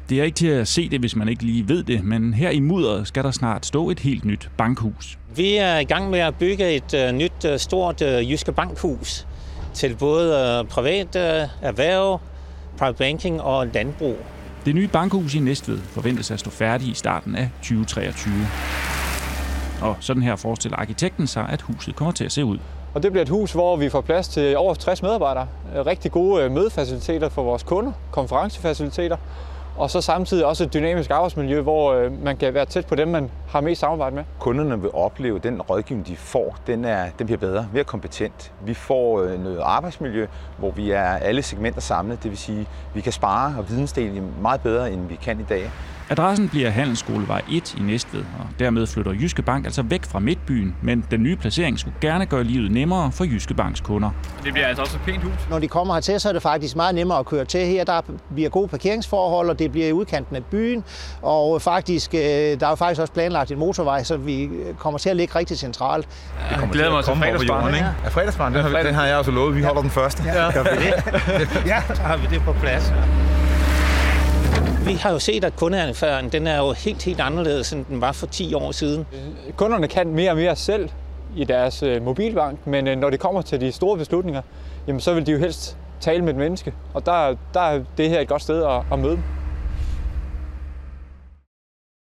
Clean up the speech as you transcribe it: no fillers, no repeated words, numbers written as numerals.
Det er ikke til at se det, hvis man ikke lige ved det, men her i mudderet skal der snart stå et helt nyt bankhus. Vi er i gang med at bygge et nyt, stort Jyske Bankhus til både privat erhverv, private banking og landbrug. Det nye bankhus i Næstved forventes at stå færdigt i starten af 2023. Og sådan her forestiller arkitekten sig, at huset kommer til at se ud. Og det bliver et hus, hvor vi får plads til over 60 medarbejdere. Rigtig gode mødefaciliteter for vores kunder, konferencefaciliteter. Og så samtidig også et dynamisk arbejdsmiljø, hvor man kan være tæt på dem, man har mest samarbejde med. Kunderne vil opleve, at den rådgivning, de får, den bliver bedre, mere kompetent. Vi får noget arbejdsmiljø, hvor vi er alle segmenter samlet. Det vil sige, at vi kan spare og vidensdele meget bedre, end vi kan i dag. Adressen bliver Handelsskolevej 1 i Næstved, og dermed flytter Jyske Bank altså væk fra midtbyen, men den nye placering skulle gerne gøre livet nemmere for Jyske Banks kunder. Det bliver altså også et pænt hus. Når de kommer hertil, så er det faktisk meget nemmere at køre til her. Der bliver gode parkeringsforhold, og det bliver i udkanten af byen, og faktisk, der er jo faktisk også planlagt en motorvej, så vi kommer til at ligge rigtig centralt. Jeg glæder mig til fredagsbarn, ikke? Ja, fredagsbarn, den har jeg også lovet. Vi holder den første. Ja, ja, så har vi det på plads. Vi har jo set, at kundeadfærden den er jo helt anderledes, end den var for 10 år siden. Kunderne kan mere og mere selv i deres mobilbank, men når det kommer til de store beslutninger, jamen, så vil de jo helst tale med et menneske, og der er det her et godt sted at møde dem.